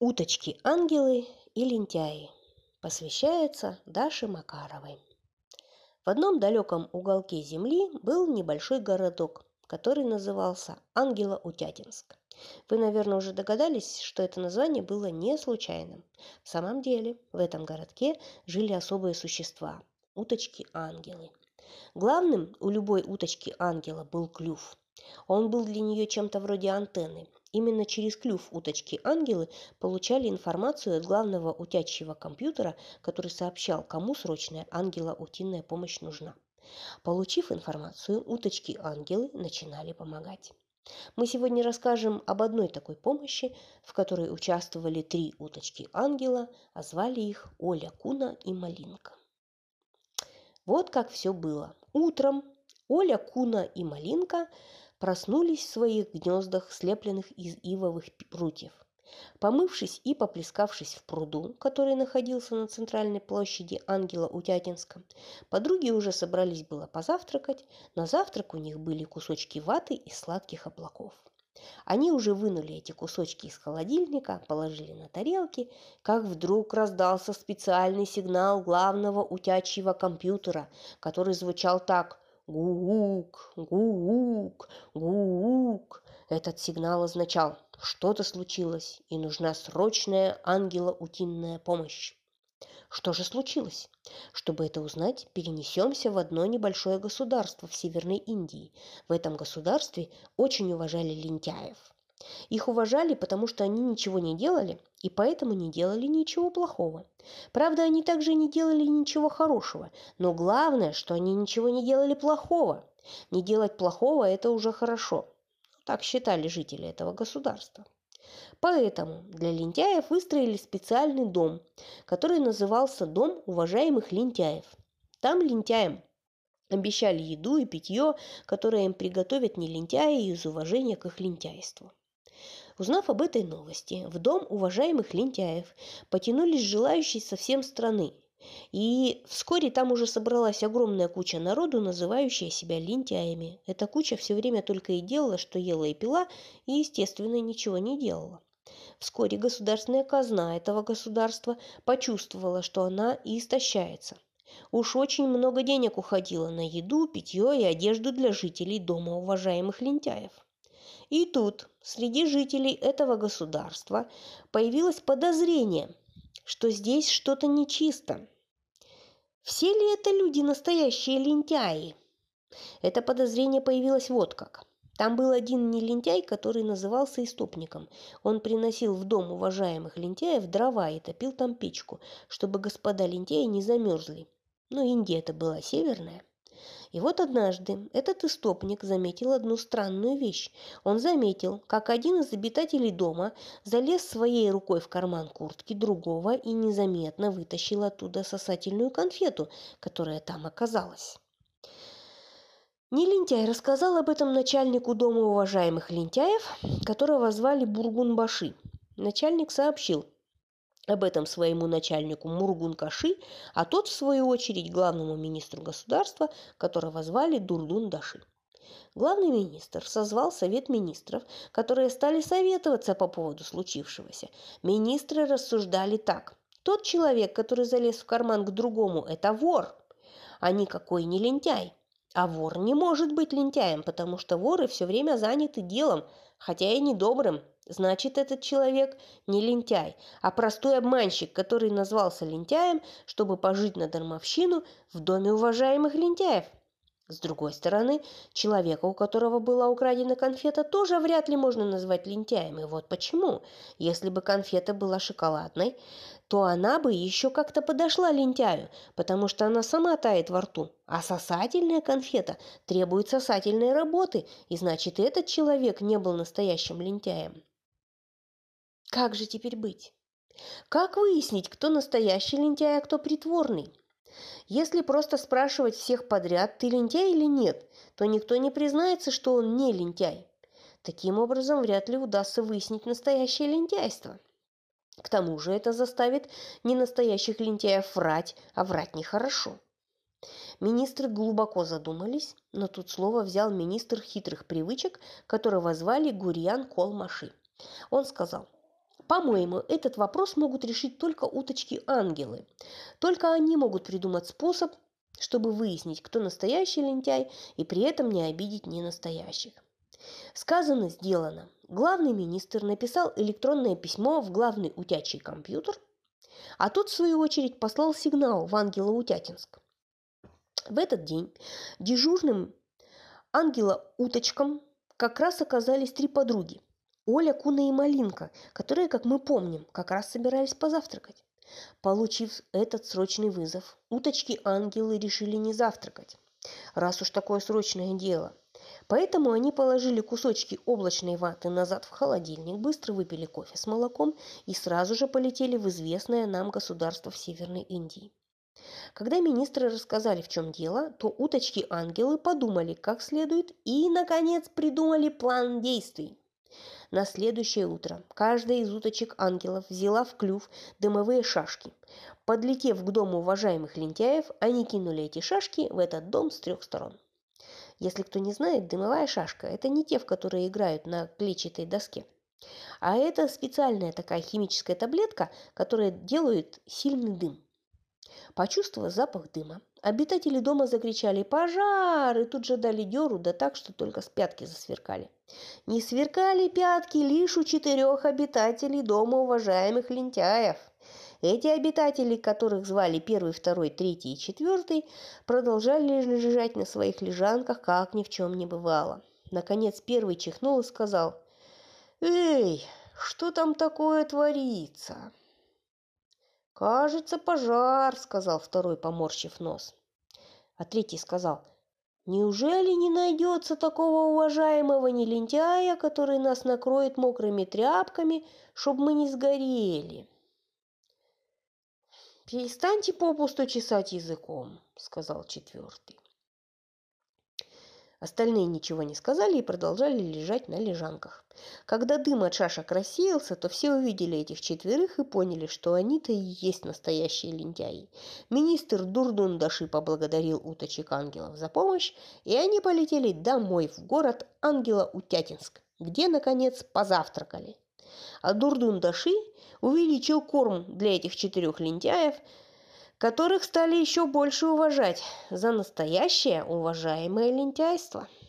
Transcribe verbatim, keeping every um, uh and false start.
Уточки-ангелы и лентяи. Посвящается Даше Макаровой. В одном далеком уголке земли был небольшой городок, который назывался Ангело-Утятинск. Вы, наверное, уже догадались, что это название было не случайным. В самом деле, в этом городке жили особые существа – уточки-ангелы. Главным у любой уточки-ангела был клюв. Он был для нее чем-то вроде антенны. Именно через клюв уточки-ангелы получали информацию от главного утячьего компьютера, который сообщал, кому срочная ангело-утиная помощь нужна. Получив информацию, уточки-ангелы начинали помогать. Мы сегодня расскажем об одной такой помощи, в которой участвовали три уточки-ангела, а звали их Оля, Куна и Малинка. Вот как все было. Утром Оля, Куна и Малинка проснулись в своих гнездах, слепленных из ивовых прутьев. Помывшись и поплескавшись в пруду, который находился на центральной площади Ангело-Утятинска, подруги уже собрались было позавтракать. На завтрак у них были кусочки ваты из сладких облаков. Они уже вынули эти кусочки из холодильника, положили на тарелки, как вдруг раздался специальный сигнал главного утячьего компьютера, который звучал так: «Гук, гук, гук». Этот сигнал означал: что-то случилось и нужна срочная ангело-утиная помощь. Что же случилось? Чтобы это узнать, перенесемся в одно небольшое государство в Северной Индии. В этом государстве очень уважали лентяев. Их уважали, потому что они ничего не делали, и поэтому не делали ничего плохого. Правда, они также не делали ничего хорошего, но главное, что они ничего не делали плохого. Не делать плохого – это уже хорошо. Так считали жители этого государства. Поэтому для лентяев выстроили специальный дом, который назывался «Дом уважаемых лентяев». Там лентяям обещали еду и питье, которое им приготовят не лентяи из уважения к их лентяйству. Узнав об этой новости, в дом уважаемых лентяев потянулись желающие со всей страны. И вскоре там уже собралась огромная куча народу, называющая себя лентяями. Эта куча все время только и делала, что ела и пила, и, естественно, ничего не делала. Вскоре государственная казна этого государства почувствовала, что она истощается. Уж очень много денег уходило на еду, питье и одежду для жителей дома уважаемых лентяев. И тут среди жителей этого государства появилось подозрение, что здесь что-то нечисто. Все ли это люди настоящие лентяи? Это подозрение появилось вот как. Там был один нелентяй, который назывался истопником. Он приносил в дом уважаемых лентяев дрова и топил там печку, чтобы господа лентяи не замерзли. Но Индия-то была северная. И вот однажды этот истопник заметил одну странную вещь. Он заметил, как один из обитателей дома залез своей рукой в карман куртки другого и незаметно вытащил оттуда сосательную конфету, которая там оказалась. Нелентяй рассказал об этом начальнику дома уважаемых лентяев, которого звали Бургун-баши. Начальник сообщил об этом своему начальнику Мургун-каши, а тот, в свою очередь, главному министру государства, которого звали Дурдун-даши. Главный министр созвал совет министров, которые стали советоваться по поводу случившегося. Министры рассуждали так: тот человек, который залез в карман к другому, это вор, а никакой не лентяй. А вор не может быть лентяем, потому что воры все время заняты делом, хотя и недобрым. Значит, этот человек не лентяй, а простой обманщик, который назвался лентяем, чтобы пожить на дармовщину в доме уважаемых лентяев. С другой стороны, человека, у которого была украдена конфета, тоже вряд ли можно назвать лентяем. И вот почему. Если бы конфета была шоколадной, то она бы еще как-то подошла лентяю, потому что она сама тает во рту. А сосательная конфета требует сосательной работы, и значит, этот человек не был настоящим лентяем. Как же теперь быть? Как выяснить, кто настоящий лентяй, а кто притворный? Если просто спрашивать всех подряд, ты лентяй или нет, то никто не признается, что он не лентяй. Таким образом, вряд ли удастся выяснить настоящее лентяйство. К тому же это заставит ненастоящих лентяев врать, а врать нехорошо. Министры глубоко задумались, но тут слово взял министр хитрых привычек, которого звали Гурьян Колмаши. Он сказал: По-моему, этот вопрос могут решить только уточки-ангелы. Только они могут придумать способ, чтобы выяснить, кто настоящий лентяй, и при этом не обидеть ненастоящих. Сказано, сделано. Главный министр написал электронное письмо в главный утячий компьютер, а тот, в свою очередь, послал сигнал в Ангелоутятинск. В этот день дежурным ангела-уточкам как раз оказались три подруги – Оля, Куна и Малинка, которые, как мы помним, как раз собирались позавтракать. Получив этот срочный вызов, уточки-ангелы решили не завтракать, раз уж такое срочное дело. Поэтому они положили кусочки облачной ваты назад в холодильник, быстро выпили кофе с молоком и сразу же полетели в известное нам государство в Северной Индии. Когда министры рассказали, в чем дело, то уточки-ангелы подумали как следует и, наконец, придумали план действий. На следующее утро каждая из уточек-ангелов взяла в клюв дымовые шашки. Подлетев к дому уважаемых лентяев, они кинули эти шашки в этот дом с трех сторон. Если кто не знает, дымовая шашка – это не те, в которые играют на клетчатой доске, а это специальная такая химическая таблетка, которая делает сильный дым. Почувствовав запах дыма, обитатели дома закричали «Пожар!» и тут же дали дёру, да так, что только с пятки засверкали. Не сверкали пятки лишь у четырех обитателей дома уважаемых лентяев. Эти обитатели, которых звали первый, второй, третий и четвертый, продолжали лежать на своих лежанках, как ни в чем не бывало. Наконец первый чихнул и сказал: «Эй, что там такое творится?» «Кажется, пожар», — сказал второй, поморщив нос. А третий сказал: «Неужели не найдется такого уважаемого нелентяя, который нас накроет мокрыми тряпками, чтобы мы не сгорели?» «Перестаньте попусту чесать языком», — сказал четвертый. Остальные ничего не сказали и продолжали лежать на лежанках. Когда дым от шашек рассеялся, то все увидели этих четверых и поняли, что они-то и есть настоящие лентяи. Министр Дурдундаши поблагодарил уточек-ангелов за помощь, и они полетели домой в город Ангелоутятинск, где, наконец, позавтракали. А Дурдундаши увеличил корм для этих четырех лентяев, которых стали еще больше уважать за настоящее уважаемое лентяйство.